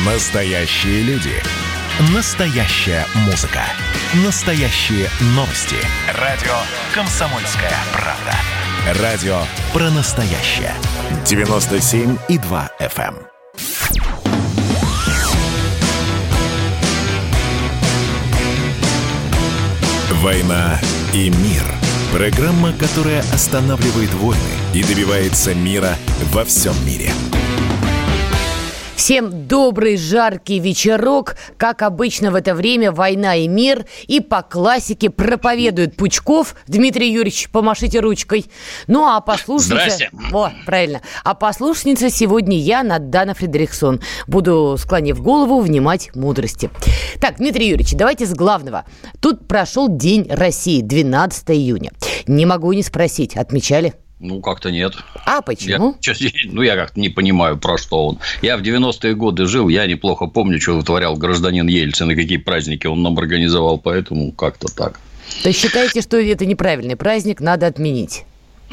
Настоящие люди. Настоящая музыка. Настоящие новости. Радио «Комсомольская правда». Радио про настоящее. 97,2 FM. «Война и мир». Программа, которая останавливает войны и добивается мира во всем мире. Всем добрый, жаркий вечерок. Как обычно в это время «Война и мир». И по классике проповедует Пучков. Дмитрий Юрьевич, помашите ручкой. Ну, а послушница... Здрасте. О, правильно. А послушница сегодня я, Надана Фредериксон. Буду, склонив голову, внимать мудрости. Так, Дмитрий Юрьевич, давайте с главного. Тут прошел День России, 12 июня. Не могу не спросить, отмечали? Ну, как-то нет. А почему? Я как-то не понимаю, про что он. Я в 90-е годы жил, я неплохо помню, что вытворял гражданин Ельцин и какие праздники он нам организовал, поэтому как-то так. То есть считаете, что это неправильный праздник, надо отменить?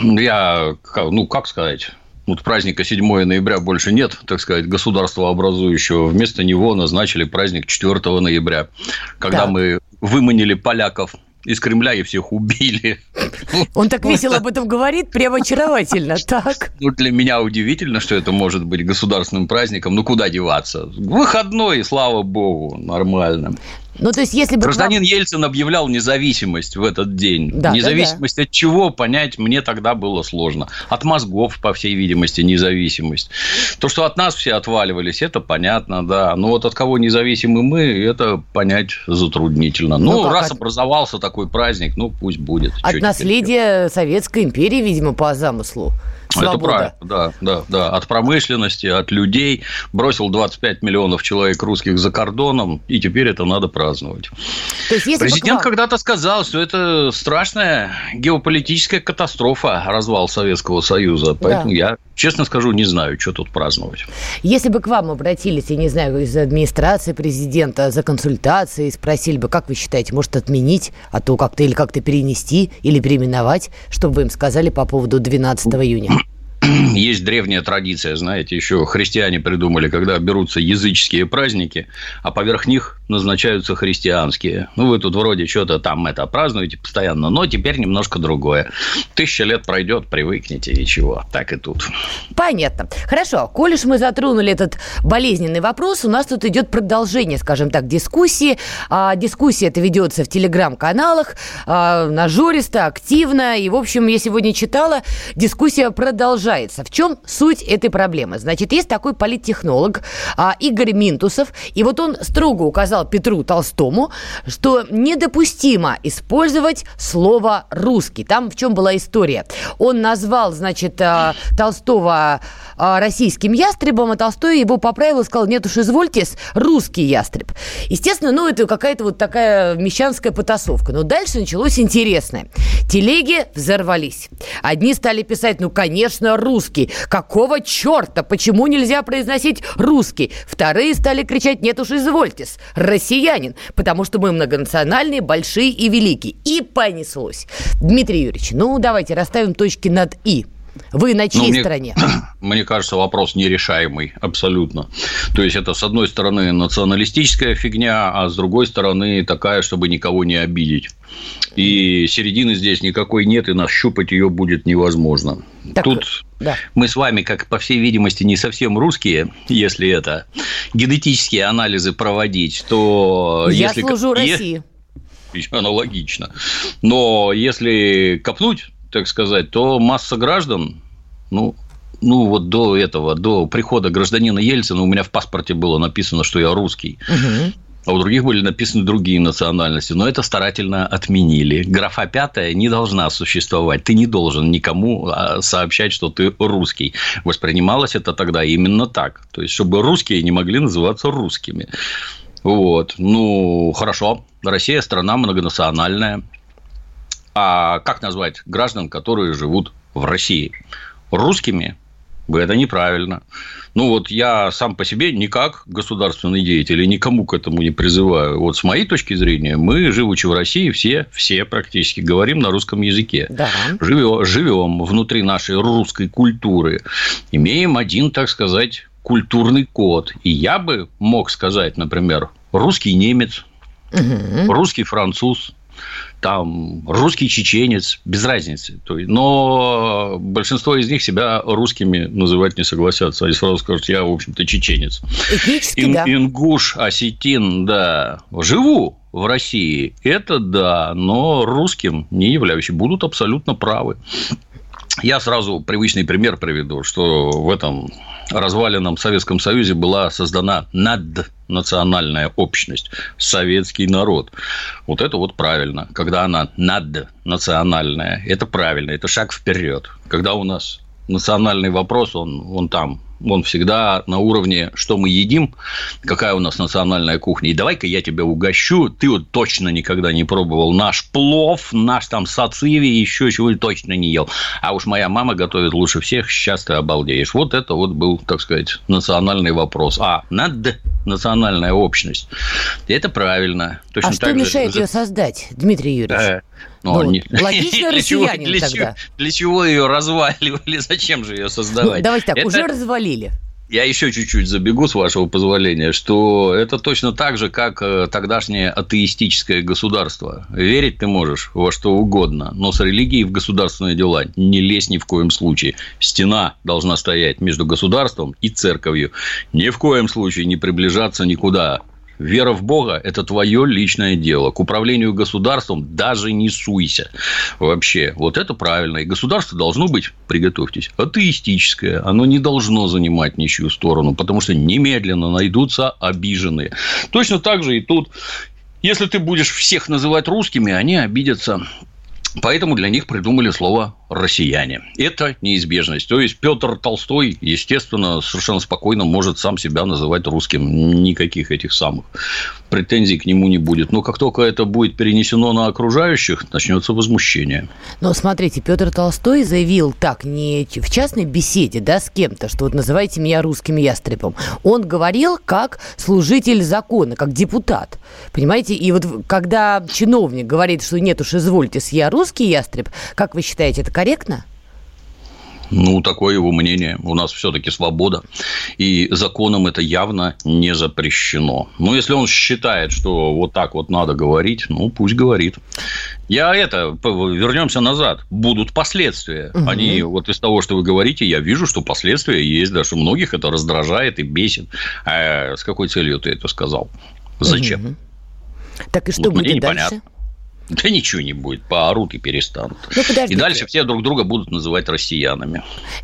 Как сказать... Вот праздника 7 ноября больше нет, так сказать, государствообразующего. Вместо него назначили праздник 4 ноября, когда мы выманили поляков из Кремля и всех убили. Он так весело об этом говорит, прямо очаровательно. Так. Для меня удивительно, что это может быть государственным праздником. Ну, куда деваться? Выходной, слава богу, нормально. Ну, то есть, если бы гражданин Ельцин объявлял независимость в этот день. Да, независимость от чего, понять мне тогда было сложно. От мозгов, по всей видимости, независимость. То, что от нас все отваливались, это понятно, да. Но вот от кого независимы мы, это понять затруднительно. Раз образовался такой праздник, пусть будет. От наследия Советской империи, видимо, по замыслу. Свобода. Это правильно, да. От промышленности, от людей. Бросил 25 миллионов человек русских за кордоном, и теперь это надо праздновать. То есть, президент когда-то сказал, что это страшная геополитическая катастрофа, развал Советского Союза. Поэтому я, честно скажу, не знаю, что тут праздновать. Если бы к вам обратились, я не знаю, из администрации президента за консультацией, спросили бы, как вы считаете, может отменить, а то как-то или как-то перенести, или переименовать, что бы вы им сказали по поводу 12 июня? Есть древняя традиция, знаете, еще христиане придумали, когда берутся языческие праздники, а поверх них назначаются христианские. Вы тут вроде что-то там празднуете постоянно, но теперь немножко другое. 1000 лет пройдет, привыкнете, и чего. Так и тут. Понятно. Хорошо. Коль уж мы затронули этот болезненный вопрос, у нас тут идет продолжение, скажем так, дискуссии. Дискуссия эта ведется в телеграм-каналах, нажористо, активно. И, в общем, я сегодня читала, дискуссия продолжается. В чем суть этой проблемы? Значит, есть такой политтехнолог Игорь Минтусов, и вот он строго указал Петру Толстому, что недопустимо использовать слово «русский». Там в чем была история? Он назвал, значит, Толстого российским ястребом, а Толстой его поправил и сказал: нет уж, извольтесь, русский ястреб. Естественно, это какая-то вот такая мещанская потасовка. Но дальше началось интересное. Телеги взорвались. Одни стали писать: конечно, русский. Какого черта? Почему нельзя произносить русский? Вторые стали кричать: нет уж, извольтесь, россиянин, потому что мы многонациональные, большие и великие. И понеслось. Дмитрий Юрьевич, давайте расставим точки над «и». Вы на чьей стороне? Мне кажется, вопрос нерешаемый абсолютно. То есть, это, с одной стороны, националистическая фигня, а с другой стороны, такая, чтобы никого не обидеть. И середины здесь никакой нет, и нащупать ее будет невозможно. Тут мы с вами, как по всей видимости, не совсем русские, если это генетические анализы проводить, то... Я служу России. Аналогично. Но если копнуть, так сказать, то масса граждан, вот до прихода гражданина Ельцина у меня в паспорте было написано, что я русский. А у других были написаны другие национальности. Но это старательно отменили. Графа 5 не должна существовать. Ты не должен никому сообщать, что ты русский. Воспринималось это тогда именно так. То есть, чтобы русские не могли называться русскими. Вот. Хорошо. Россия страна многонациональная. А как назвать граждан, которые живут в России? Русскими? Это неправильно. Я сам по себе никак государственный деятель и никому к этому не призываю. Вот с моей точки зрения, мы, живучи в России, все практически говорим на русском языке. Да. Живем внутри нашей русской культуры. Имеем один, так сказать, культурный код. И я бы мог сказать, например, русский немец, русский француз, там, русский чеченец, без разницы. Но большинство из них себя русскими называть не согласятся. Они сразу скажут, я, в общем-то, чеченец. Ингуш, осетин, да. Живу в России, это да, но русским не являюсь. Будут абсолютно правы. Я сразу привычный пример приведу, что в этом разваленном Советском Союзе была создана наднациональная общность, советский народ. Вот это вот правильно. Когда она наднациональная, это правильно, это шаг вперед. Когда у нас национальный вопрос, он всегда на уровне, что мы едим, какая у нас национальная кухня. И давай-ка я тебя угощу, ты вот точно никогда не пробовал наш плов, наш там сациви, еще чего-то точно не ел. А уж моя мама готовит лучше всех, сейчас ты обалдеешь. Вот это вот был, так сказать, национальный вопрос. Наднациональная общность. Это правильно. Точно что мешает ее создать, Дмитрий Юрьевич? Логично россиянин тогда. Для чего ее разваливали? Зачем же ее создавать? Давайте так, уже развалили. Я еще чуть-чуть забегу, с вашего позволения, что это точно так же, как тогдашнее атеистическое государство. Верить ты можешь во что угодно, но с религией в государственные дела не лезь ни в коем случае. Стена должна стоять между государством и церковью. Ни в коем случае не приближаться никуда. Вера в Бога – это твое личное дело. К управлению государством даже не суйся. Вообще, вот это правильно. И государство должно быть, приготовьтесь, атеистическое. Оно не должно занимать ничью сторону, потому что немедленно найдутся обиженные. Точно так же и тут. Если ты будешь всех называть русскими, они обидятся. Поэтому для них придумали слово «россияне». Это неизбежность. То есть Петр Толстой, естественно, совершенно спокойно может сам себя называть русским. Никаких этих самых претензий к нему не будет. Но как только это будет перенесено на окружающих, начнется возмущение. Но смотрите, Петр Толстой заявил так, не в частной беседе, да, с кем-то, что вот называйте меня русским ястребом. Он говорил как служитель закона, как депутат. Понимаете? И вот когда чиновник говорит, что нет уж, извольте, я русский ястреб, как вы считаете, это корректно? Ну, такое его мнение. У нас все-таки свобода. И законом это явно не запрещено. Но если он считает, что вот так вот надо говорить, ну, пусть говорит. Вернемся назад. Будут последствия. Угу. Они, вот из того, что вы говорите, я вижу, что последствия есть. Даже многих это раздражает и бесит. А с какой целью ты это сказал? Зачем? Угу. Так и что будет дальше? Да ничего не будет, поорут и перестанут. И дальше все друг друга будут называть россиянами.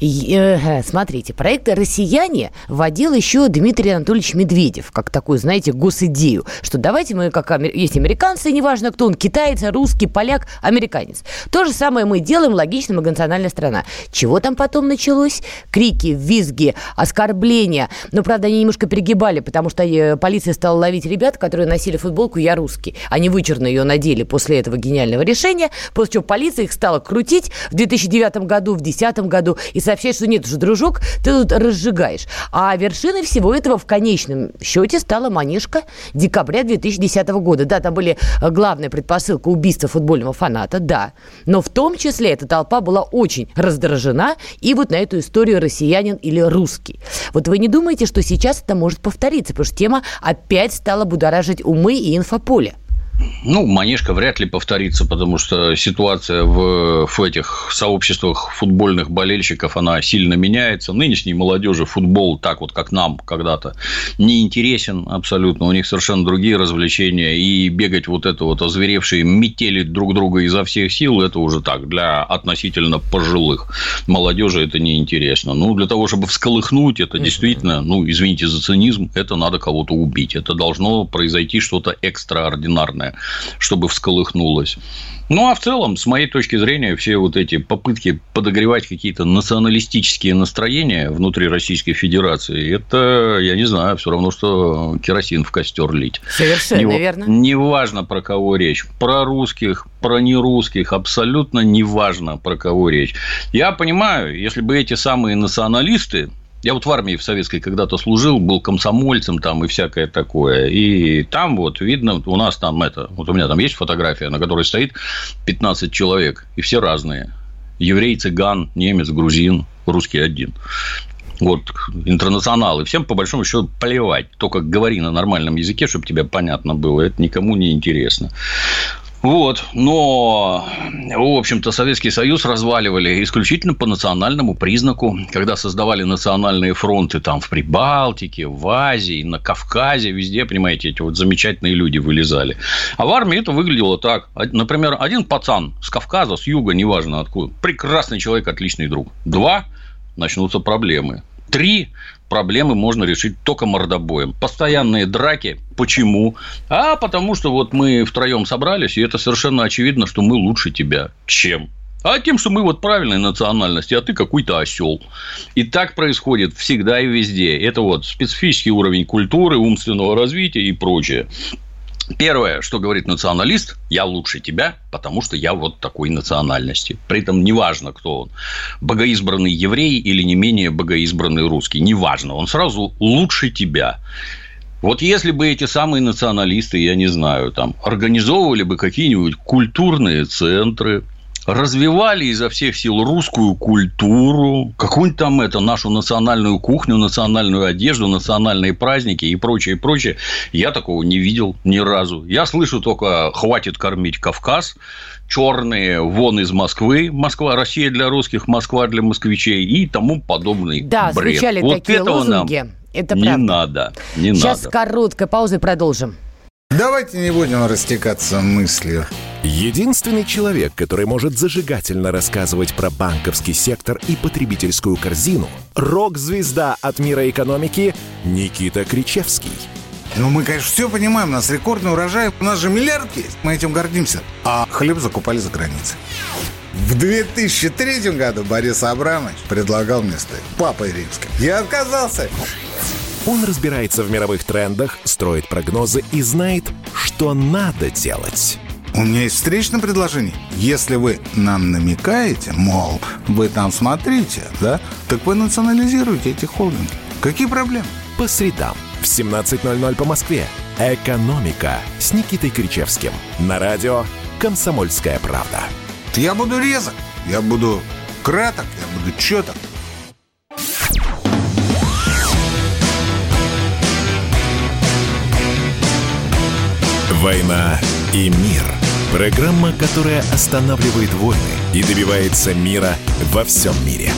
Смотрите, проект «Россияне» вводил еще Дмитрий Анатольевич Медведев, как такую, знаете, госидею, что давайте мы, как есть американцы, неважно кто он, китаец, русский, поляк, американец. То же самое мы делаем, логично, многонациональная страна. Чего там потом началось? Крики, визги, оскорбления. Но, правда, они немножко перегибали, потому что полиция стала ловить ребят, которые носили футболку «Я русский». Они вычурно ее надели после этого гениального решения, после чего полиция их стала крутить в 2009 году, в 2010 году и сообщать, что нет уже, дружок, ты тут разжигаешь. А вершиной всего этого в конечном счете стала манежка декабря 2010 года. Да, там были главная предпосылка убийства футбольного фаната, да, но в том числе эта толпа была очень раздражена и вот на эту историю россиянин или русский. Вот вы не думаете, что сейчас это может повториться, потому что тема опять стала будоражить умы и инфополе? Ну, манежка вряд ли повторится, потому что ситуация в этих сообществах футбольных болельщиков, она сильно меняется. Нынешней молодежи футбол, так вот, как нам когда-то, не интересен абсолютно. У них совершенно другие развлечения. И бегать вот это вот озверевшие, метелить друг друга изо всех сил, это уже так, для относительно пожилых. Молодежи это неинтересно. Ну, для того, чтобы всколыхнуть, это действительно, ну, извините за цинизм, это надо кого-то убить. Это должно произойти что-то экстраординарное, чтобы всколыхнулось. Ну, а в целом, с моей точки зрения, все вот эти попытки подогревать какие-то националистические настроения внутри Российской Федерации, это, я не знаю, все равно, что керосин в костер лить. Совершенно верно. Неважно, про кого речь. Про русских, про нерусских, абсолютно неважно, про кого речь. Я понимаю, если бы эти самые националисты, я вот в армии в советской когда-то служил, был комсомольцем там и всякое такое. И там вот видно, у нас там вот у меня там есть фотография, на которой стоит 15 человек, и все разные. Еврей, цыган, немец, грузин, русский один. Вот, интернационалы. Всем, по большому счету, плевать. Только говори на нормальном языке, чтобы тебе понятно было. Это никому не интересно. Вот. Но, в общем-то, Советский Союз разваливали исключительно по национальному признаку. Когда создавали национальные фронты там в Прибалтике, в Азии, на Кавказе, везде, понимаете, эти вот замечательные люди вылезали. А в армии это выглядело так. Например, один пацан с Кавказа, с юга, неважно откуда, прекрасный человек, отличный друг. 2 – начнутся проблемы. 3 – проблемы можно решить только мордобоем. Постоянные драки. Почему? А потому что вот мы втроем собрались, и это совершенно очевидно, что мы лучше тебя. Чем? А тем, что мы вот правильной национальности, а ты какой-то осел. И так происходит всегда и везде. Это вот специфический уровень культуры, умственного развития и прочее. Первое, что говорит националист: я лучше тебя, потому что я вот такой национальности. При этом неважно, кто он. Богоизбранный еврей или не менее богоизбранный русский. Неважно. Он сразу лучше тебя. Вот если бы эти самые националисты, я не знаю, там, организовывали бы какие-нибудь культурные центры, развивали изо всех сил русскую культуру, какую-нибудь там нашу национальную кухню, национальную одежду, национальные праздники и прочее, прочее, я такого не видел ни разу. Я слышу только: хватит кормить Кавказ, черные вон из Москвы, Москва, Россия для русских, Москва для москвичей и тому подобный бред. Да, звучали вот такие лозунги. Это не правда. Надо. Сейчас короткая пауза и продолжим. Давайте не будем растекаться мыслью. Единственный человек, который может зажигательно рассказывать про банковский сектор и потребительскую корзину – рок-звезда от мира экономики Никита Кричевский. Ну, мы, конечно, все понимаем. У нас рекордный урожай. У нас же миллиард есть. Мы этим гордимся. А хлеб закупали за границей. В 2003 году Борис Абрамович предлагал мне стать папой римским. Я отказался. Он разбирается в мировых трендах, строит прогнозы и знает, что надо делать. У меня есть встречное предложение. Если вы нам намекаете, мол, вы там смотрите, да, так вы национализируете эти холдинги. Какие проблемы? По средам в 17:00 по Москве. «Экономика» с Никитой Кричевским. На радио «Комсомольская правда». Я буду резок, я буду краток, я буду чёток. «Война и мир». Программа, которая останавливает войны и добивается мира во всем мире.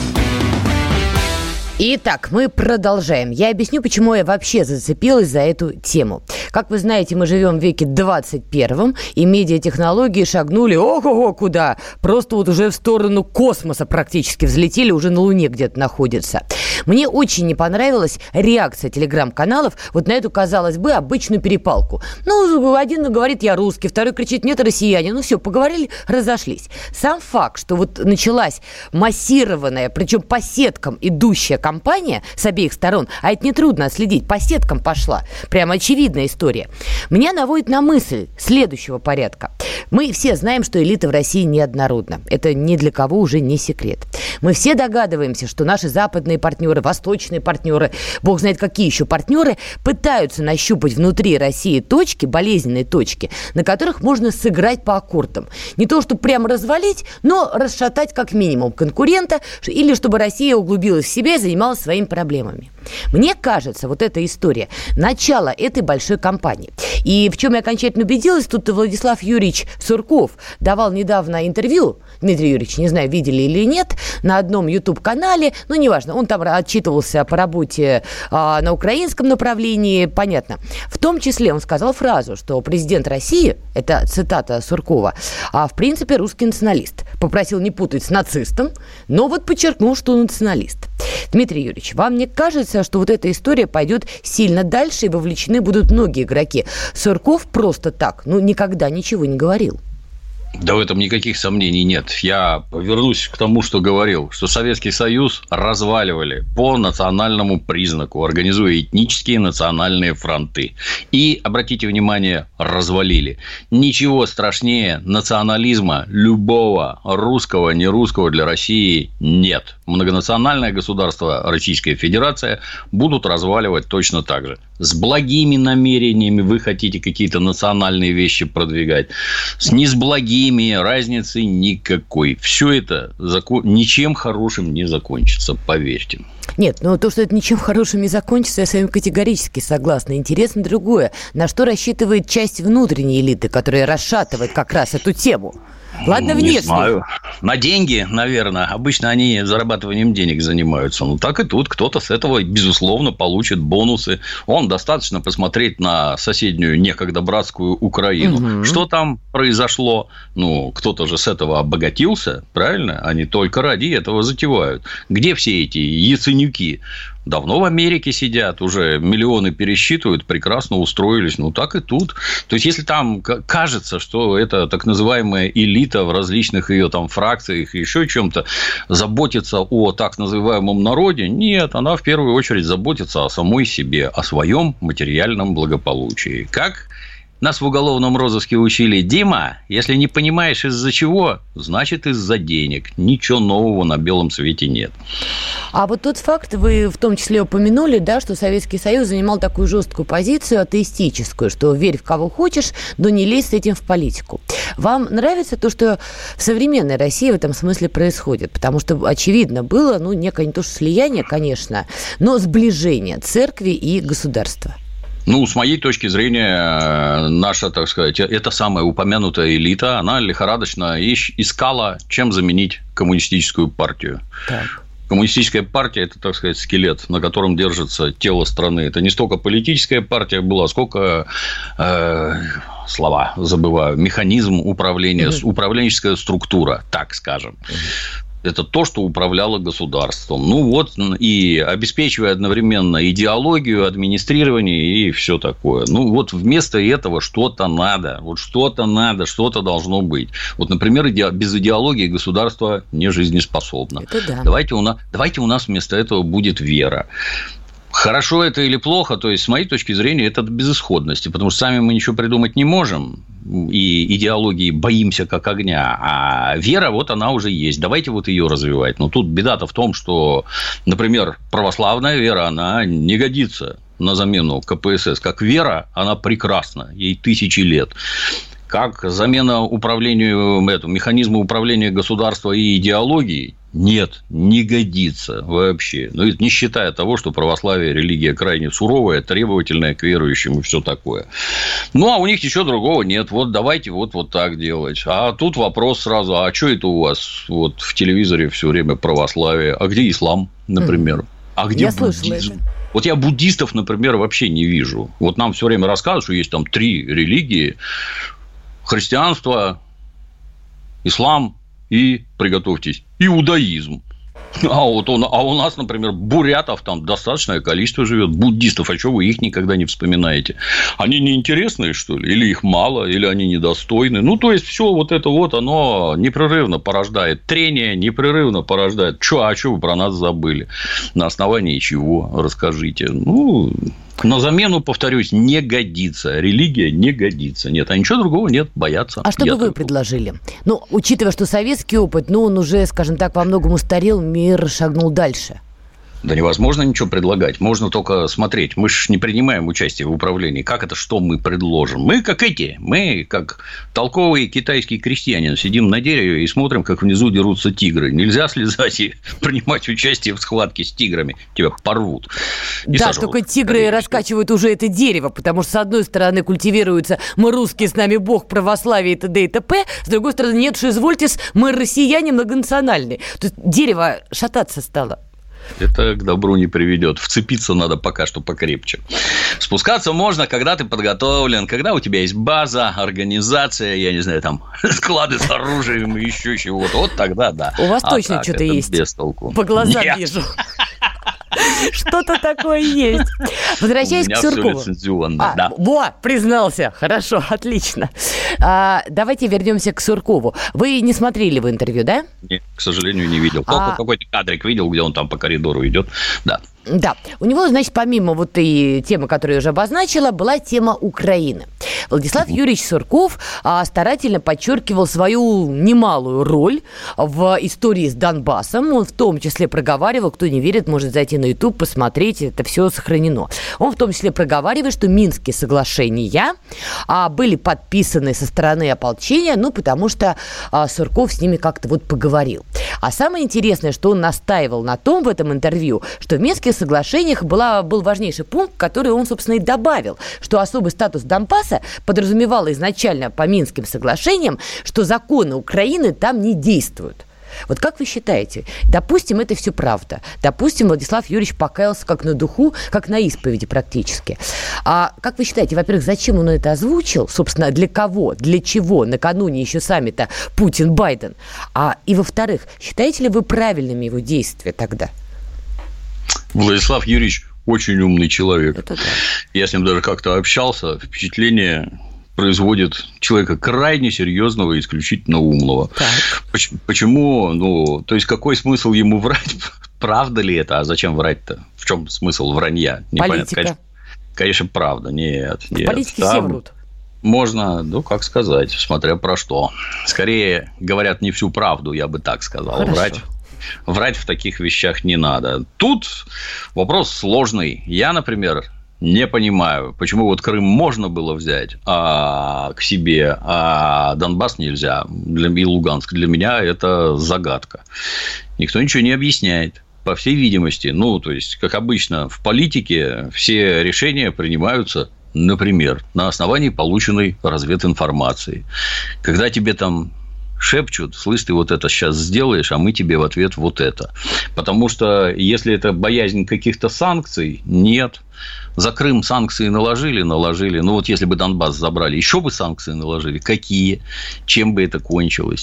Итак, мы продолжаем. Я объясню, почему я вообще зацепилась за эту тему. Как вы знаете, мы живем в веке 21, и медиатехнологии шагнули ого-го куда. Просто вот уже в сторону космоса практически взлетели, уже на Луне где-то находятся. Мне очень не понравилась реакция телеграм-каналов вот на эту, казалось бы, обычную перепалку. Ну, один говорит: я русский, второй кричит: нет, россияне. Ну, все, поговорили, разошлись. Сам факт, что вот началась массированная, причем по сеткам идущая кампания с обеих сторон, а это нетрудно отследить, по сеткам пошла, прямо очевидная история, меня наводит на мысль следующего порядка. Мы все знаем, что элита в России неоднородна. Это ни для кого уже не секрет. Мы все догадываемся, что наши западные партнеры, восточные партнеры, бог знает какие еще партнеры, пытаются нащупать внутри России точки, болезненные точки, на которых можно сыграть по аккордам. Не то, чтобы прямо развалить, но расшатать как минимум конкурента, или чтобы Россия углубилась в себя и занималась своими проблемами. Мне кажется, вот эта история – начало этой большой кампании. И в чем я окончательно убедилась, тут Владислав Юрьевич Сурков давал недавно интервью, Дмитрий Юрьевич, не знаю, видели или нет, на одном YouTube-канале, ну, неважно, он там отчитывался по работе на украинском направлении, понятно. В том числе он сказал фразу, что президент России, это цитата Суркова, в принципе, русский националист. Попросил не путать с нацистом, но вот подчеркнул, что националист. Дмитрий Юрьевич, вам не кажется, что вот эта история пойдет сильно дальше и вовлечены будут многие игроки? Сурков просто так, никогда ничего не говорил. Да в этом никаких сомнений нет. Я вернусь к тому, что говорил, что Советский Союз разваливали по национальному признаку, организуя этнические национальные фронты. И, обратите внимание, развалили. Ничего страшнее национализма любого русского, нерусского для России нет. Многонациональное государство Российская Федерация будут разваливать точно так же. С благими намерениями вы хотите какие-то национальные вещи продвигать. С не с благими, разницы никакой. Все это ничем хорошим не закончится, поверьте. Нет, но то, что это ничем хорошим не закончится, я с вами категорически согласна. Интересно другое. На что рассчитывает часть внутренней элиты, которая расшатывает как раз эту тему? Ладно, внешне. Не знаю. На деньги, наверное. Обычно они зарабатыванием денег занимаются. Ну, так и тут. Кто-то с этого, безусловно, получит бонусы. Достаточно посмотреть на соседнюю некогда братскую Украину. Угу. Что там произошло? Ну, кто-то же с этого обогатился, правильно? Они только ради этого затевают. Где все эти яценюки? Давно в Америке сидят, уже миллионы пересчитывают, прекрасно устроились. Ну, так и тут. То есть, если там кажется, что это так называемая элита в различных ее там фракциях и еще чем-то заботится о так называемом народе, нет, она в первую очередь заботится о самой себе, о своем материальном благополучии. Как нас в уголовном розыске учили: Дима, если не понимаешь из-за чего, значит из-за денег. Ничего нового на белом свете нет. А вот тот факт, вы в том числе упомянули, да, что Советский Союз занимал такую жесткую позицию, атеистическую, что верь в кого хочешь, но не лезь с этим в политику. Вам нравится то, что в современной России в этом смысле происходит? Потому что, очевидно, было, некое не то что слияние, конечно, но сближение церкви и государства. Ну, с моей точки зрения, наша, так сказать, эта самая упомянутая элита, она лихорадочно искала, чем заменить коммунистическую партию. Так. Коммунистическая партия – это, так сказать, скелет, на котором держится тело страны. Это не столько политическая партия была, сколько, слова забываю, механизм управления, управленческая структура, так скажем. Это то, что управляло государством. Ну, вот, и обеспечивая одновременно идеологию, администрирование и все такое. Ну, вот вместо этого что-то надо. Вот что-то надо, что-то должно быть. Вот, например, без идеологии государство не жизнеспособно. Это да. Давайте у нас вместо этого будет вера. Хорошо это или плохо, то есть, с моей точки зрения, это безысходности, потому что сами мы ничего придумать не можем, и идеологии боимся как огня, а вера, вот она уже есть, давайте вот ее развивать. Но тут беда-то в том, что, например, православная вера, она не годится на замену КПСС, как вера, она прекрасна, ей 1000 лет. Как замена управлению, механизму управления государства и идеологией? Нет, не годится вообще. Но это не считая того, что православие религия крайне суровая, требовательная к верующим и все такое. Ну, а у них ничего другого нет. Вот давайте вот так делать. А тут вопрос сразу: а что это у вас вот в телевизоре все время православие? А где ислам, например? А где буддизм? Вот я буддистов, например, вообще не вижу. Вот нам все время рассказывают, что есть там 3 религии: христианство, ислам и, приготовьтесь, иудаизм. А у нас, например, бурятов там достаточное количество живет, буддистов, а что вы их никогда не вспоминаете? Они неинтересные, что ли? Или их мало, или они недостойны? Ну, то есть, все вот это вот, оно непрерывно порождает трение, непрерывно порождает. А что вы про нас забыли? На основании чего? Расскажите. Ну, на замену, повторюсь, не годится. Религия не годится. Нет, а ничего другого нет, боятся. А что бы вы предложили? Ну, учитывая, что советский опыт, он уже, скажем так, во многом устарел, мир шагнул дальше. Да невозможно ничего предлагать. Можно только смотреть. Мы же не принимаем участие в управлении. Как это, что мы предложим? Мы как толковый китайский крестьянин, сидим на дереве и смотрим, как внизу дерутся тигры. Нельзя слезать и принимать участие в схватке с тиграми. Тебя порвут. Да, только тигры раскачивают уже это дерево, потому что, с одной стороны, культивируется «мы русские, с нами Бог, православие» и т.д. и т.п., с другой стороны, нет, что извольтесь, мы россияне многонациональные. То есть, дерево шататься стало. Это к добру не приведет. Вцепиться надо пока что покрепче. Спускаться можно, когда ты подготовлен, когда у тебя есть база, организация, я не знаю, там склады с оружием и еще чего-то. Вот тогда да. У вас точно что-то есть. Без толку. По глазам вижу. Что-то такое есть. Возвращаясь к Суркову. Все лицензионно, да. Признался. Хорошо, отлично. Давайте вернемся к Суркову. Вы не смотрели его интервью, да? Нет, к сожалению, не видел. Только какой-то кадрик видел, где он там по коридору идет. Да. Да. У него, значит, помимо вот и темы, которую я уже обозначила, была тема Украины. Владислав Юрьевич Сурков старательно подчеркивал свою немалую роль в истории с Донбассом. Он в том числе проговаривал, кто не верит, может зайти на YouTube, посмотреть, это все сохранено. Он в том числе проговаривает, что Минские соглашения были подписаны со стороны ополчения, потому что Сурков с ними как-то вот поговорил. А самое интересное, что он настаивал на том в этом интервью, что в Минских соглашениях был важнейший пункт, который он, собственно, и добавил, что особый статус Донбасса подразумевал изначально по Минским соглашениям, что законы Украины там не действуют. Вот как вы считаете? Допустим, это все правда. Допустим, Владислав Юрьевич покаялся как на духу, как на исповеди практически. А как вы считаете, во-первых, зачем он это озвучил? Собственно, для кого? Для чего? Накануне еще саммита Путин-Байден. И во-вторых, считаете ли вы правильными его действия тогда? Владислав Юрьевич очень умный человек. Это да. Я с ним даже как-то общался. Впечатление производит человека крайне серьезного и исключительно умного. Так. Почему? То есть, какой смысл ему врать? Правда ли это? А зачем врать-то? В чем смысл вранья? Политика. Конечно, правда. Нет. В политике все врут. Можно, как сказать, смотря про что. Скорее, говорят не всю правду, я бы так сказал. Врать в таких вещах не надо. Тут вопрос сложный. Я, например, не понимаю, почему вот Крым можно было взять к себе, а Донбасс нельзя, и Луганск. Для меня это загадка. Никто ничего не объясняет. По всей видимости, то есть, как обычно, в политике все решения принимаются, например, на основании полученной развединформации. Когда тебе там шепчут, слышь, ты вот это сейчас сделаешь, а мы тебе в ответ вот это. Потому что, если это боязнь каких-то санкций, нет. За Крым санкции наложили. Если бы Донбасс забрали, еще бы санкции наложили. Какие? Чем бы это кончилось?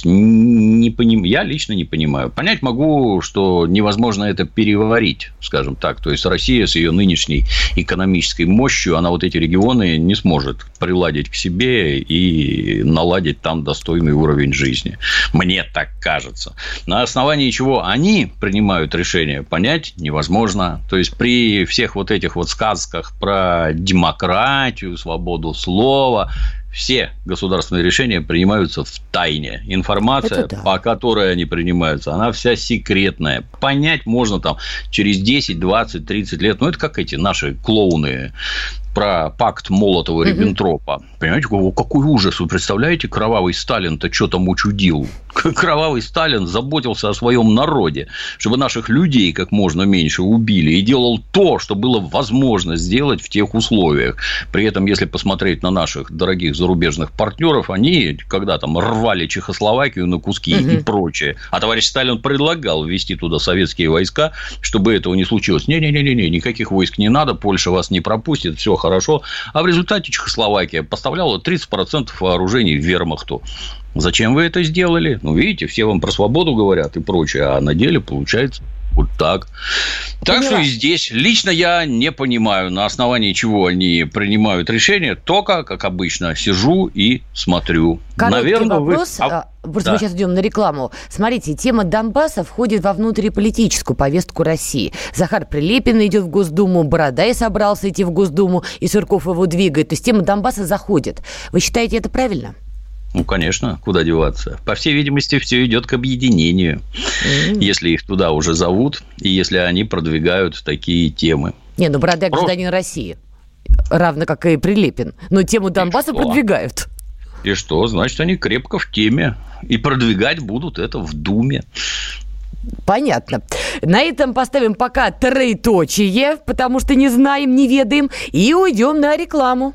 Я лично не понимаю. Понять могу, что невозможно это переварить, скажем так. То есть, Россия с ее нынешней экономической мощью, она вот эти регионы не сможет приладить к себе и наладить там достойный уровень жизни. Мне так кажется. На основании чего они принимают решения, понять невозможно. То есть, при всех вот этих вот сказках про демократию, свободу слова, все государственные решения принимаются в тайне. Информация, по которой они принимаются, она вся секретная. Понять можно там через 10, 20, 30 лет. Это как эти наши клоуны про пакт Молотова-Риббентропа. Понимаете, какой ужас. Вы представляете, кровавый Сталин-то что там учудил? Кровавый Сталин заботился о своем народе, чтобы наших людей как можно меньше убили, и делал то, что было возможно сделать в тех условиях. При этом, если посмотреть на наших дорогих зарубежных партнеров, они, когда там рвали Чехословакию на куски и прочее, а товарищ Сталин предлагал ввести туда советские войска, чтобы этого не случилось. Не-не-не, никаких войск не надо, Польша вас не пропустит, все хорошо. А в результате Чехословакия поставляла 30% вооружений вермахту. Зачем вы это сделали? Видите, все вам про свободу говорят и прочее, а на деле получается вот так. Так что и здесь лично я не понимаю, на основании чего они принимают решения, только, как обычно, сижу и смотрю. Короткий вопрос. Просто мы сейчас идем на рекламу. Смотрите, тема Донбасса входит во внутриполитическую повестку России. Захар Прилепин идет в Госдуму, Бородай собрался идти в Госдуму, и Сурков его двигает. То есть, тема Донбасса заходит. Вы считаете это правильно? Конечно, куда деваться. По всей видимости, все идет к объединению, если их туда уже зовут, и если они продвигают такие темы. Бородай гражданин России, равно как и Прилепин, но тему Донбасса продвигают. И что? Значит, они крепко в теме, и продвигать будут это в Думе. Понятно. На этом поставим пока троеточие, потому что не знаем, не ведаем, и уйдем на рекламу.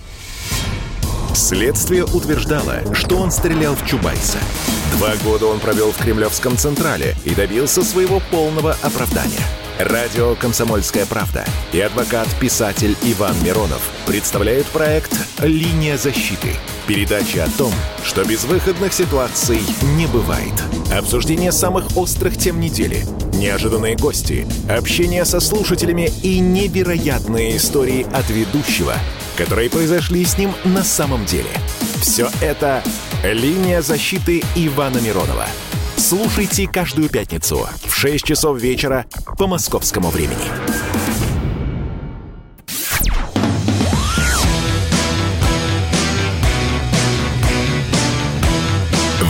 Следствие утверждало, что он стрелял в Чубайса. 2 года он провел в Кремлевском Централе и добился своего полного оправдания. Радио «Комсомольская правда» и адвокат-писатель Иван Миронов представляют проект «Линия защиты». Передача о том, что безвыходных ситуаций не бывает. Обсуждение самых острых тем недели, неожиданные гости, общение со слушателями и невероятные истории от ведущего, которые произошли с ним на самом деле. Все это «Линия защиты» Ивана Миронова. Слушайте каждую пятницу в 6 часов вечера по московскому времени.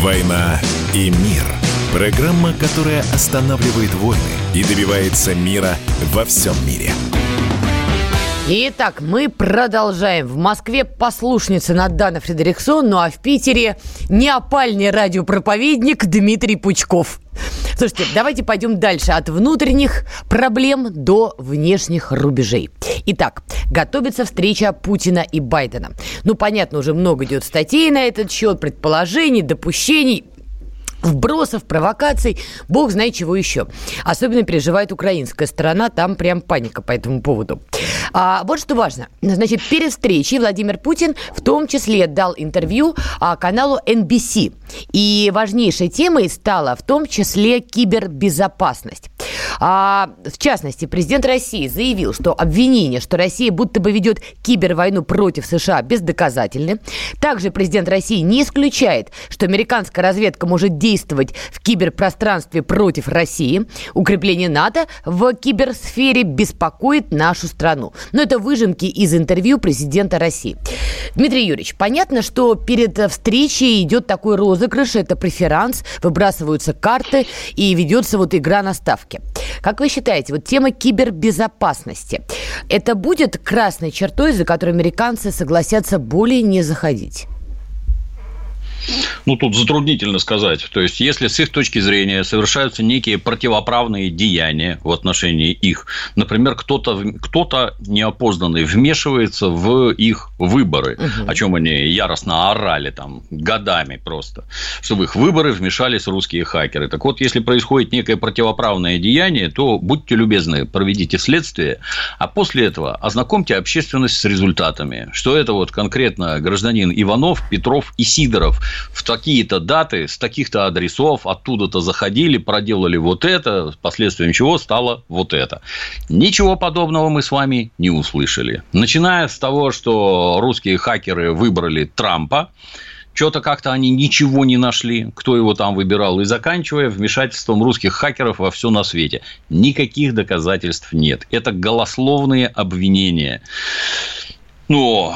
«Война и мир». Программа, которая останавливает войны и добивается мира во всем мире. Итак, мы продолжаем. В Москве послушница Надана Фредериксон, ну а в Питере неопальный радиопроповедник Дмитрий Пучков. Слушайте, давайте пойдем дальше. От внутренних проблем до внешних рубежей. Итак, готовится встреча Путина и Байдена. Ну, понятно, уже много идет статей на этот счет, предположений, допущений, вбросов, провокаций, бог знает чего еще. Особенно переживает украинская сторона, там прям паника по этому поводу. Вот что важно. Значит, перед встречей Владимир Путин в том числе дал интервью каналу NBC. И важнейшей темой стала в том числе кибербезопасность. В частности, президент России заявил, что обвинение, что Россия будто бы ведет кибервойну против США, бездоказательны. Также президент России не исключает, что американская разведка может действовать в киберпространстве против России. Укрепление НАТО в киберсфере беспокоит нашу страну. Но это выжимки из интервью президента России. Дмитрий Юрьевич, понятно, что перед встречей идет такой розыгрыш, это преферанс, выбрасываются карты и ведется вот игра на ставки. Как вы считаете, вот тема кибербезопасности, это будет красной чертой, за которой американцы согласятся более не заходить? Ну, тут затруднительно сказать. То есть, если с их точки зрения совершаются некие противоправные деяния в отношении их, например, кто-то неопознанный вмешивается в их выборы, о чем они яростно орали там годами просто, что в их выборы вмешались русские хакеры. Так вот, если происходит некое противоправное деяние, то будьте любезны, проведите следствие, а после этого ознакомьте общественность с результатами, что это вот конкретно гражданин Иванов, Петров и Сидоров в такие-то даты, с таких-то адресов, оттуда-то заходили, проделали вот это, последствием чего стало вот это. Ничего подобного мы с вами не услышали. Начиная с того, что русские хакеры выбрали Трампа, что-то как-то они ничего не нашли, кто его там выбирал, и заканчивая вмешательством русских хакеров во все на свете. Никаких доказательств нет. Это голословные обвинения. Но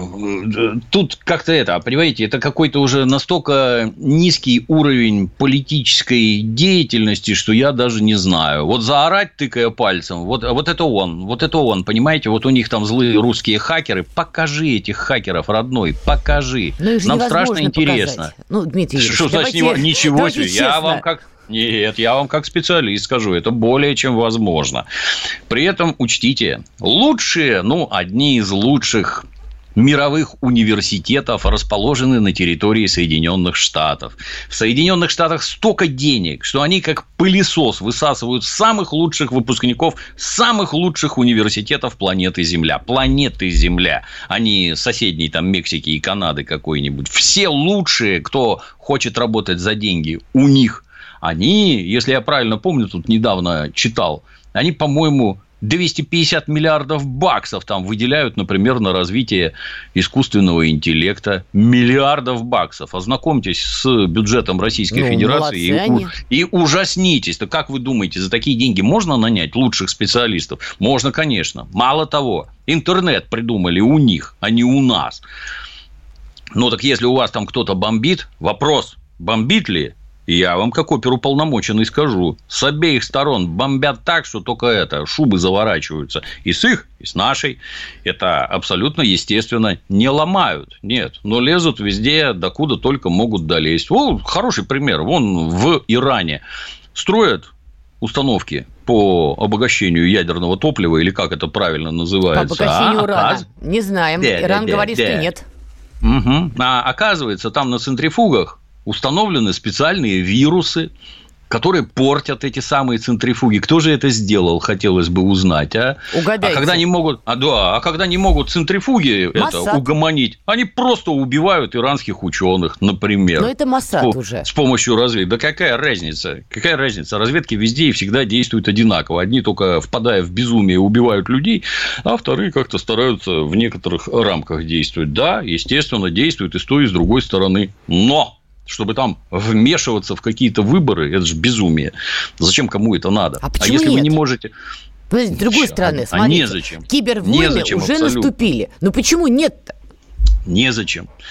тут как-то понимаете, это какой-то уже настолько низкий уровень политической деятельности, что я даже не знаю. Вот заорать, тыкая пальцем, вот это он, понимаете, вот у них там злые русские хакеры. Покажи этих хакеров, родной, покажи. Нам страшно интересно. Показать. Ну, Дмитрий Юрьевич, что значит ничего себе, я вам как специалист скажу, это более чем возможно. При этом учтите, одни из лучших мировых университетов расположены на территории Соединенных Штатов. В Соединенных Штатах столько денег, что они как пылесос высасывают самых лучших выпускников самых лучших университетов планеты Земля. Планеты Земля, а не соседней там Мексики и Канады какой-нибудь. Все лучшие, кто хочет работать за деньги, у них. Они, если я правильно помню, тут недавно читал, они, по-моему, 250 миллиардов баксов там выделяют, например, на развитие искусственного интеллекта. Миллиардов баксов. Ознакомьтесь с бюджетом Российской Федерации и ужаснитесь. Так как вы думаете, за такие деньги можно нанять лучших специалистов? Можно, конечно. Мало того, интернет придумали у них, а не у нас. Ну, так если у вас там кто-то бомбит, вопрос, бомбит ли? Я вам, как оперуполномоченный, скажу. С обеих сторон бомбят так, что только шубы заворачиваются. И с их, и с нашей. Это абсолютно естественно. Не ломают, нет. Но лезут везде, докуда только могут долезть. Хороший пример. Вон в Иране строят установки по обогащению ядерного топлива, или как это правильно называется. По обогащению урана. Не знаем. Иран говорит, что нет. А оказывается, там на центрифугах установлены специальные вирусы, которые портят эти самые центрифуги. Кто же это сделал, хотелось бы узнать, а? Угадайте. Когда не могут центрифуги угомонить, они просто убивают иранских ученых, например. Но это Моссад уже. С помощью разведки. Да какая разница? Какая разница? Разведки везде и всегда действуют одинаково. Одни только, впадая в безумие, убивают людей, а вторые как-то стараются в некоторых рамках действовать. Да, естественно, действуют и с той, и с другой стороны. Но чтобы там вмешиваться в какие-то выборы, это же безумие. Зачем кому это надо? А почему если нет? Вы не можете... С другой стороны, смотрите, незачем. Кибервойны уже наступили. Но почему нет-то? Незачем.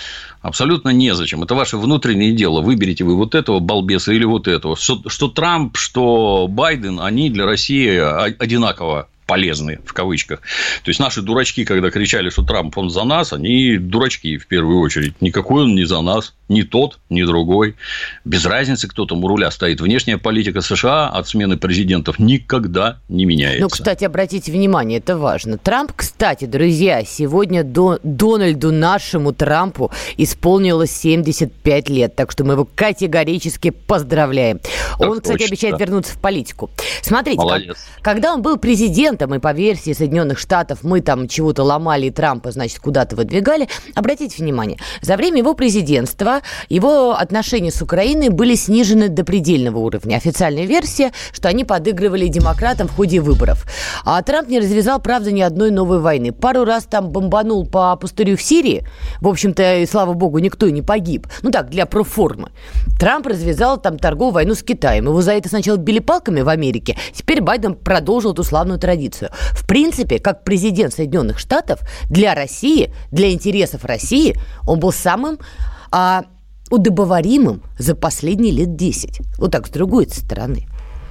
Абсолютно незачем. Это ваше внутреннее дело. Выберите вы вот этого балбеса или вот этого. Что Трамп, что Байден, они для России одинаково полезны, в кавычках. То есть, наши дурачки, когда кричали, что Трамп, он за нас, они дурачки в первую очередь. Никакой он не за нас. Ни тот, ни другой. Без разницы, кто там у руля стоит. Внешняя политика США от смены президентов никогда не меняется. Ну, кстати, обратите внимание, это важно. Трамп, кстати, друзья, сегодня Дональду нашему Трампу исполнилось 75 лет. Так что мы его категорически поздравляем. Так он, кстати, обещает вернуться в политику. Смотрите, когда он был президентом, и по версии Соединенных Штатов мы там чего-то ломали, и Трампа, значит, куда-то выдвигали, обратите внимание, за время его президентства его отношения с Украиной были снижены до предельного уровня. Официальная версия, что они подыгрывали демократам в ходе выборов. А Трамп не развязал, правда, ни одной новой войны. Пару раз там бомбанул по пустырю в Сирии. В общем-то, и, слава богу, никто не погиб. Ну так, для проформы. Трамп развязал там торговую войну с Китаем. Его за это сначала били палками в Америке. Теперь Байден продолжил эту славную традицию. В принципе, как президент Соединенных Штатов, для России, для интересов России, он был самым удобоваримым за последние лет 10. Вот так, с другой стороны.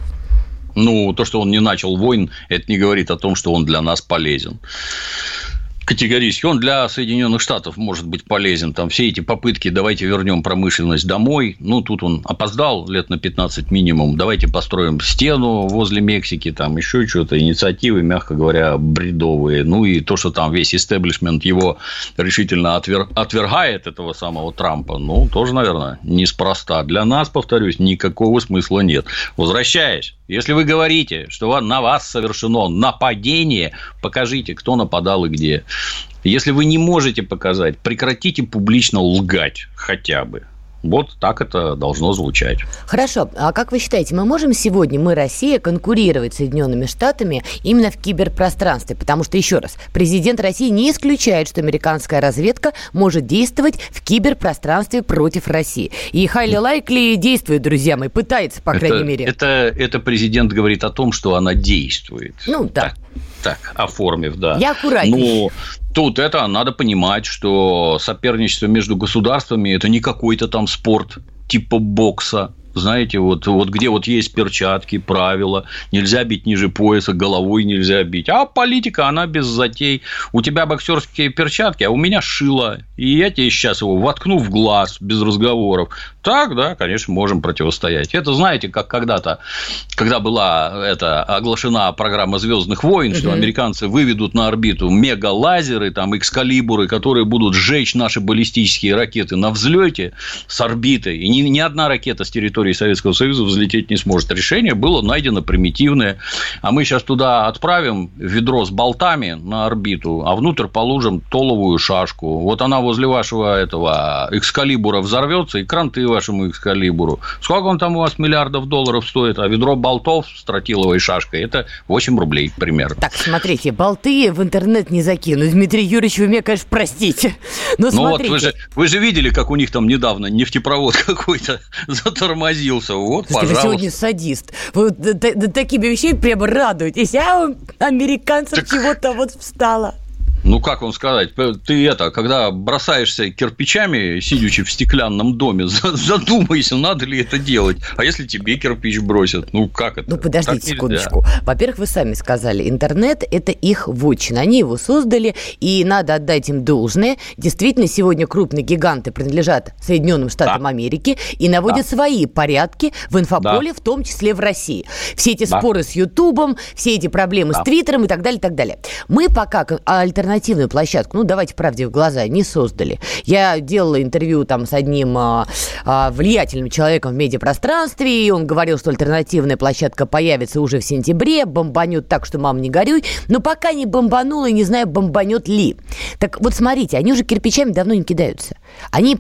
Ну, то, что он не начал войн, это не говорит о том, что он для нас полезен. Категорически. Он для Соединенных Штатов может быть полезен. Там все эти попытки, давайте вернем промышленность домой. Ну, тут он опоздал лет на 15 минимум. Давайте построим стену возле Мексики. Там еще что-то. Инициативы, мягко говоря, бредовые. Ну, и то, что там весь истеблишмент его решительно отвергает, этого самого Трампа, ну, тоже, наверное, неспроста. Для нас, повторюсь, никакого смысла нет. Возвращаясь. Если вы говорите, что на вас совершено нападение, покажите, кто нападал и где. Если вы не можете показать, прекратите публично лгать хотя бы. Вот так это должно звучать. Хорошо. А как вы считаете, мы можем сегодня, мы, Россия, конкурировать с Соединенными Штатами именно в киберпространстве? Потому что, еще раз, президент России не исключает, что американская разведка может действовать в киберпространстве против России. И highly likely действует, друзья мои, пытается, по крайней мере. Это президент говорит о том, что она действует. Ну, да. Так, оформив, да. Я аккуратнее. Ну, тут это надо понимать, что соперничество между государствами – это не какой-то там спорт типа бокса. Знаете, вот где вот есть перчатки, правила, нельзя бить ниже пояса, головой нельзя бить. А политика, она без затей. У тебя боксерские перчатки, а у меня шило. И я тебе сейчас его воткну в глаз без разговоров. Так, да, конечно, можем противостоять. Это, знаете, как когда-то, когда была оглашена программа «Звездных войн», что американцы выведут на орбиту мегалазеры, там, экскалибуры, которые будут сжечь наши баллистические ракеты на взлете с орбиты. И ни одна ракета с территории Советского Союза взлететь не сможет. Решение было найдено примитивное. А мы сейчас туда отправим ведро с болтами на орбиту, а внутрь положим толовую шашку. Вот она возле вашего этого экскалибура взорвется, и кранты вашему экскалибуру. Сколько он там у вас миллиардов долларов стоит? А ведро болтов с тротиловой шашкой – это 8 рублей примерно. Так, смотрите, болты в интернет не закину. Дмитрий Юрьевич, вы меня, конечно, простите. Но смотрите. Вот вы же видели, как у них там недавно нефтепровод какой-то затормозился. Вот, слушайте, вы сегодня садист. Вы такими вещами прямо радуетесь. А у американцев чего-то вот встало. Ну, как вам сказать, ты когда бросаешься кирпичами, сидячи в стеклянном доме, задумайся, надо ли это делать. А если тебе кирпич бросят? Ну, как это? Ну, подождите секундочку. Во-первых, вы сами сказали, интернет – это их вотчина. Они его создали, и надо отдать им должное. Действительно, сегодня крупные гиганты принадлежат Соединенным Штатам Америки и наводят свои порядки в инфополе, в том числе в России. Все эти споры с Ютубом, все эти проблемы с Твиттером и так далее, и так далее. Мы пока альтернативную площадку, ну, давайте правде в глаза, не создали. Я делала интервью там с одним влиятельным человеком в медиапространстве, и он говорил, что альтернативная площадка появится уже в сентябре, бомбанет так, что, мам, не горюй, но пока не бомбанула, и не знаю, бомбанет ли. Так вот, смотрите, они уже кирпичами давно не кидаются. Они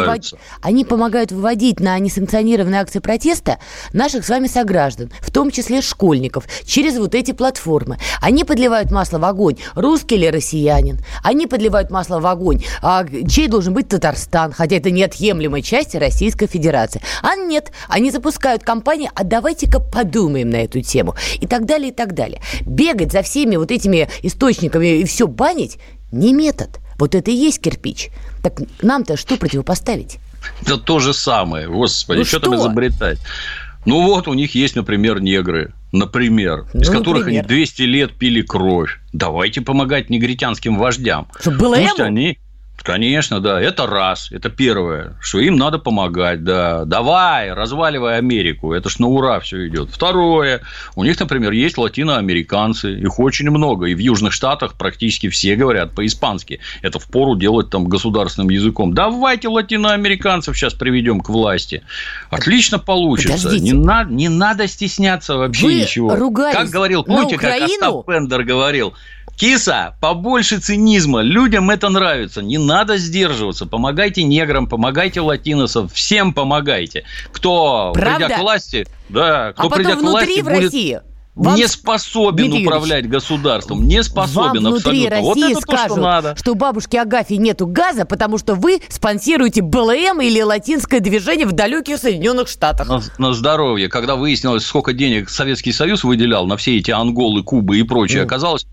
помогают выводить на несанкционированные акции протеста наших с вами сограждан, в том числе школьников, через вот эти платформы. Они подливают масло в огонь, русский или россиянин. Они подливают масло в огонь. А чей должен быть Татарстан? Хотя это неотъемлемая часть Российской Федерации. А нет, они запускают кампанию, а давайте-ка подумаем на эту тему. И так далее, и так далее. Бегать за всеми вот этими источниками и все банить не метод. Вот это и есть кирпич. Так нам-то что противопоставить? Это то же самое. Господи, Ну что там изобретать? Ну, вот у них есть, например, негры. Например, из которых они 200 лет пили кровь. Давайте помогать негритянским вождям. Чтобы было Пусть они... Конечно, да. Это раз. Это первое. Что им надо помогать, да. Давай, разваливай Америку. Это ж на ура все идет. Второе. У них, например, есть латиноамериканцы. Их очень много. И в Южных Штатах практически все говорят по-испански. Это впору делать там государственным языком. Давайте латиноамериканцев сейчас приведем к власти. Отлично получится. Не надо стесняться вообще ничего. Как говорил Кутя, как Остап Бендер говорил. Киса, побольше цинизма, людям это нравится, не надо сдерживаться, помогайте неграм, помогайте латиносам, всем помогайте. Кто придя к власти, кто придя к власти будет не способен управлять государством, не способен вам абсолютно. Внутри России вот это скажут, то, что надо. Что у бабушки Агафьи нету газа, потому что вы спонсируете БЛМ или латинское движение в далеких Соединенных Штатах. На здоровье. Когда выяснилось, сколько денег Советский Союз выделял на все эти Анголы, Кубы и прочее, оказалось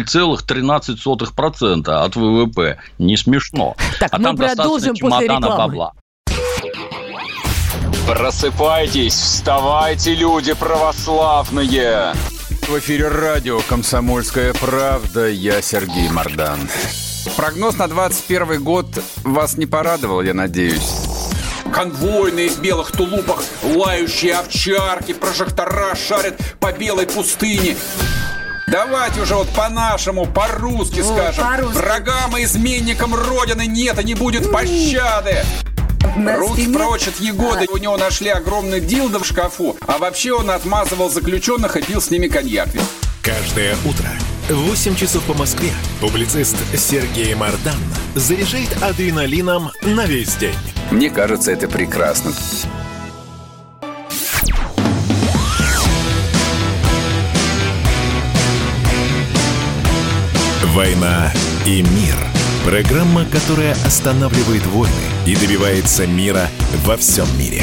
0,13% от ВВП. Не смешно. Так, мы продолжим после рекламы. Бабла. Просыпайтесь, вставайте, люди православные! В эфире радио «Комсомольская правда». Я Сергей Мордан. Прогноз на 21 год вас не порадовал, я надеюсь. Конвойные в белых тулупах, лающие овчарки, прожектора шарят по белой пустыне. Давайте уже вот по-нашему, по-русски скажем. По-русски. Врагам и изменникам Родины нет и не будет пощады. Руки прочь от Егоды. У него нашли огромный дилдо в шкафу. А вообще он отмазывал заключенных и пил с ними коньяк. Каждое утро в 8 часов по Москве публицист Сергей Мордан заряжает адреналином на весь день. Мне кажется, это прекрасно. «Война и мир». Программа, которая останавливает войны и добивается мира во всем мире.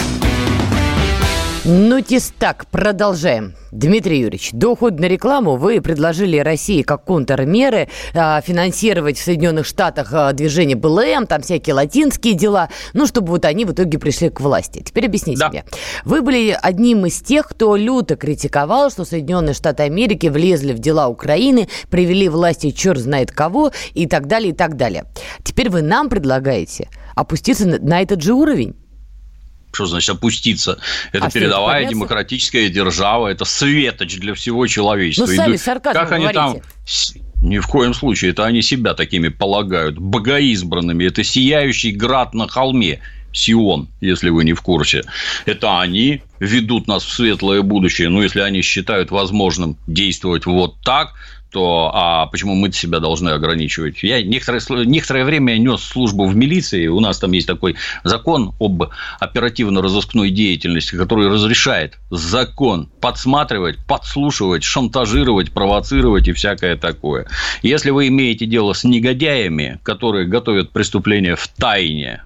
Так, продолжаем. Дмитрий Юрьевич, до ухода на рекламу вы предложили России как контрмеры финансировать в Соединенных Штатах движение БЛМ, там всякие латинские дела, чтобы вот они в итоге пришли к власти. Теперь объясните мне. Вы были одним из тех, кто люто критиковал, что Соединенные Штаты Америки влезли в дела Украины, привели власти черт знает кого и так далее, и так далее. Теперь вы нам предлагаете опуститься на этот же уровень? Что значит опуститься? Это передовая демократическая держава, это светоч для всего человечества. Сами сарказмом как они говорите. Ни в коем случае, это они себя такими полагают, богоизбранными. Это сияющий град на холме, Сион, если вы не в курсе. Это они ведут нас в светлое будущее. Но если они считают возможным действовать вот так, то почему мы себя должны ограничивать? Я некоторое время нес службу в милиции. У нас там есть такой закон об оперативно-розыскной деятельности, который разрешает закон подсматривать, подслушивать, шантажировать, провоцировать и всякое такое. Если вы имеете дело с негодяями, которые готовят преступления в тайне,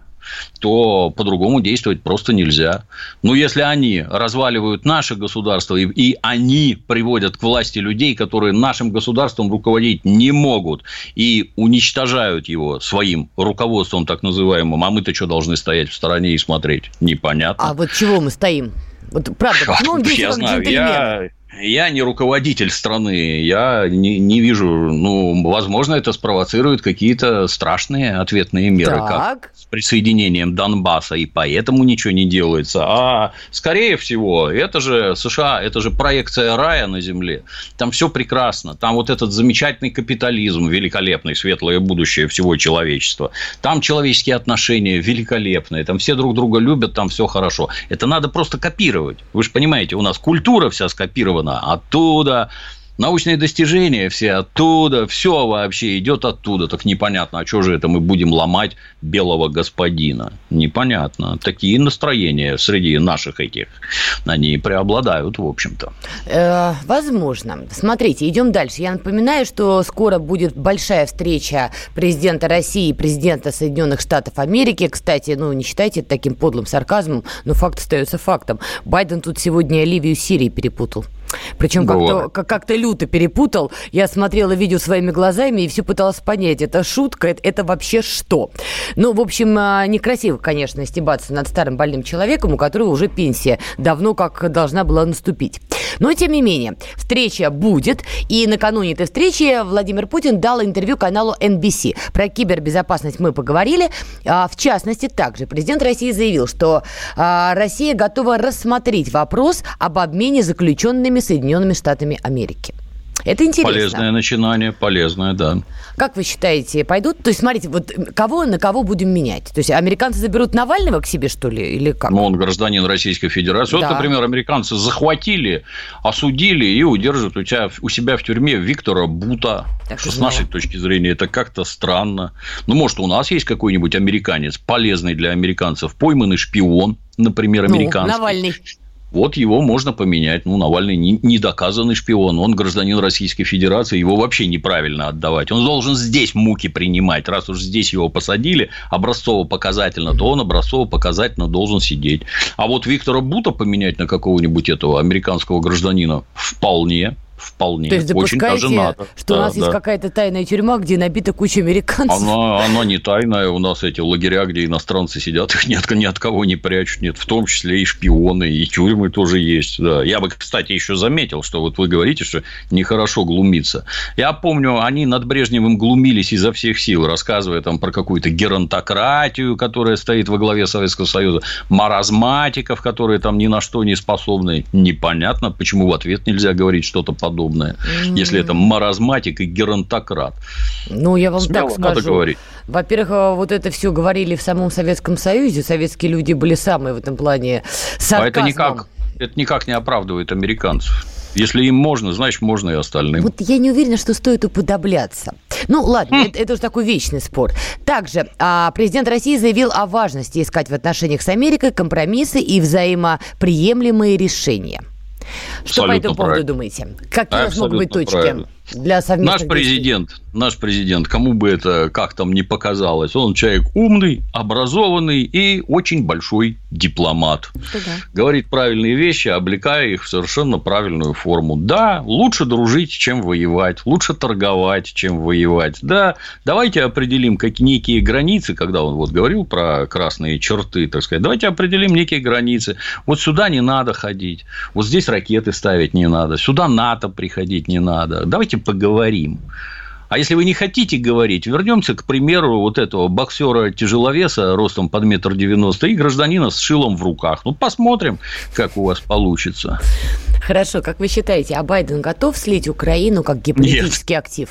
то по-другому действовать просто нельзя. Но если они разваливают наше государство, и они приводят к власти людей, которые нашим государством руководить не могут, и уничтожают его своим руководством так называемым, а мы-то что, должны стоять в стороне и смотреть? Непонятно. А вот чего мы стоим? Вот правда, почему он действует как джентльмен? Я не руководитель страны, я не вижу, возможно, это спровоцирует какие-то страшные ответные меры, как с присоединением Донбасса, и поэтому ничего не делается. А скорее всего, это же США, это же проекция рая на земле. Там все прекрасно, там вот этот замечательный капитализм, великолепный, светлое будущее всего человечества. Там человеческие отношения великолепные, там все друг друга любят, там все хорошо. Это надо просто копировать. Вы же понимаете, у нас культура вся скопирована оттуда, научные достижения все оттуда, все вообще идет оттуда. Так непонятно, а что же это мы будем ломать белого господина? Непонятно. Такие настроения среди наших этих, они преобладают, в общем-то. Возможно. Смотрите, идем дальше. Я напоминаю, что скоро будет большая встреча президента России и президента Соединенных Штатов Америки. Кстати, не считайте это таким подлым сарказмом, но факт остается фактом. Байден тут сегодня Ливию с Сирией перепутал. Причем как-то люто перепутал. Я смотрела видео своими глазами и все пыталась понять, это шутка, это вообще что? Ну, в общем, некрасиво, конечно, стебаться над старым больным человеком, у которого уже пенсия давно как должна была наступить. Но, тем не менее, встреча будет. И накануне этой встречи Владимир Путин дал интервью каналу NBC. Про кибербезопасность мы поговорили. В частности, также президент России заявил, что Россия готова рассмотреть вопрос об обмене заключенными Соединенными Штатами Америки. Это интересно. Полезное начинание, полезное, да. Как вы считаете, пойдут? То есть, смотрите, вот кого на кого будем менять? То есть, американцы заберут Навального к себе, что ли, или как? Ну, он гражданин Российской Федерации. Да. Вот, например, американцы захватили, осудили и удержат у себя в тюрьме Виктора Бута. Что с нашей точки зрения это как-то странно. Ну, может, у нас есть какой-нибудь американец, полезный для американцев, пойманный шпион, например, американский. Навальный. Вот его можно поменять. Ну, Навальный недоказанный шпион. Он гражданин Российской Федерации. Его вообще неправильно отдавать. Он должен здесь муки принимать. Раз уж здесь его посадили образцово-показательно, то он образцово-показательно должен сидеть. А вот Виктора Бута поменять на какого-нибудь этого американского гражданина вполне. То есть, допускаете, что у нас есть какая-то тайная тюрьма, где набита куча американцев? Она не тайная. У нас эти лагеря, где иностранцы сидят, их ни от кого не прячут. Нет, в том числе и шпионы, и тюрьмы тоже есть. Да. Я бы, кстати, еще заметил, что вот вы говорите, что нехорошо глумиться. Я помню, они над Брежневым глумились изо всех сил, рассказывая там про какую-то геронтократию, которая стоит во главе Советского Союза, маразматиков, которые там ни на что не способны. Непонятно, почему в ответ нельзя говорить что-то подобное, если это маразматик и геронтократ. Ну, я вам смело так скажу. Во-первых, вот это все говорили в самом Советском Союзе. Советские люди были самые в этом плане сарказмом. Это никак не оправдывает американцев. Если им можно, значит, можно и остальным. Вот я не уверена, что стоит уподобляться. Ну, ладно, это уже такой вечный спор. Также президент России заявил о важности искать в отношениях с Америкой компромиссы и взаимоприемлемые решения. Что по этому поводу думаете? Какие могут быть точки для совместных действий? Наш президент, кому бы это как там ни показалось, он человек умный, образованный и очень большой дипломат. Говорит правильные вещи, облекая их в совершенно правильную форму. Да, лучше дружить, чем воевать, лучше торговать, чем воевать. Да, давайте определим некие границы, когда он вот говорил про красные черты, так сказать, давайте определим некие границы. Вот сюда не надо ходить, вот здесь ракеты ставить не надо, сюда НАТО приходить не надо. Давайте поговорим. А если вы не хотите говорить, вернемся, к примеру, вот этого боксера-тяжеловеса ростом под 1,90 м и гражданина с шилом в руках. Ну, посмотрим, как у вас получится. Хорошо. Как вы считаете, а Байден готов слить Украину как геополитический актив?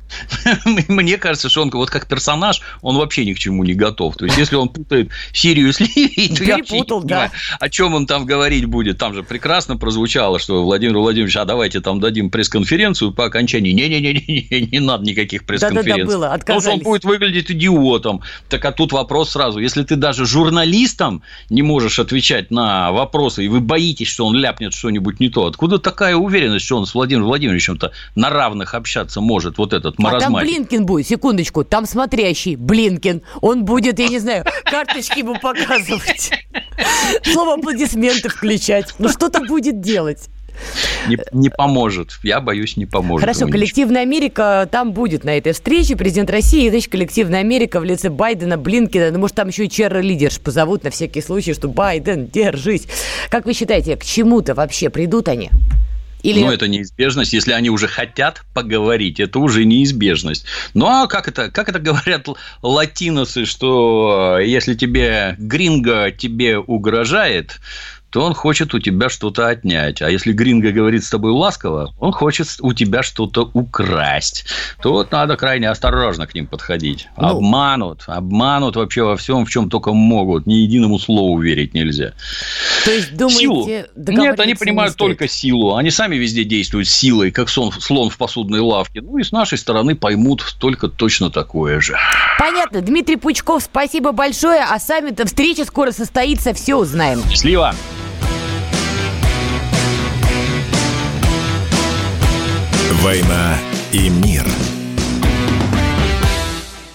Мне кажется, что он вот как персонаж, он вообще ни к чему не готов. То есть, если он путает Сирию с Ливией, то я вообще не понимаю, о чем он там говорить будет. Там же прекрасно прозвучало, что Владимир Владимирович, а давайте там дадим пресс-конференцию по окончании. Не надо никаких пресс-конференций. Да, было, отказались. Потому что он будет выглядеть идиотом. Так, а тут вопрос сразу. Если ты даже журналистам не можешь отвечать на вопросы, и вы боитесь, что он ляпнет что-нибудь не то, откуда такая уверенность, что он с Владимиром Владимировичем-то на равных общаться может, вот этот маразматик? А там Блинкен будет, секундочку, там смотрящий Блинкен. Он будет, я не знаю, карточки ему показывать, слово аплодисменты включать. Ну, что-то будет делать. Не поможет. Я боюсь, не поможет. Хорошо, коллективная Америка там будет на этой встрече. Президент России, значит, коллективная Америка в лице Байдена, Блинкена. Ну, может, там еще и чер-лидерш позовут на всякий случай, что Байден, держись. Как вы считаете, к чему-то вообще придут они? Ну, это неизбежность. Если они уже хотят поговорить, это уже неизбежность. Ну, а как это говорят латиносы, что если тебе гринго тебе угрожает, то он хочет у тебя что-то отнять. А если гринго говорит с тобой ласково, он хочет у тебя что-то украсть. То вот надо крайне осторожно к ним подходить. Обманут вообще во всем, в чем только могут. Ни единому слову верить нельзя. То есть, думаете, Нет, они понимают только силу. Они сами везде действуют силой, как слон в посудной лавке. Ну, и с нашей стороны поймут только точно такое же. Понятно. Дмитрий Пучков, спасибо большое. А саммит, встреча скоро состоится, все узнаем. Счастливо. «Война и мир».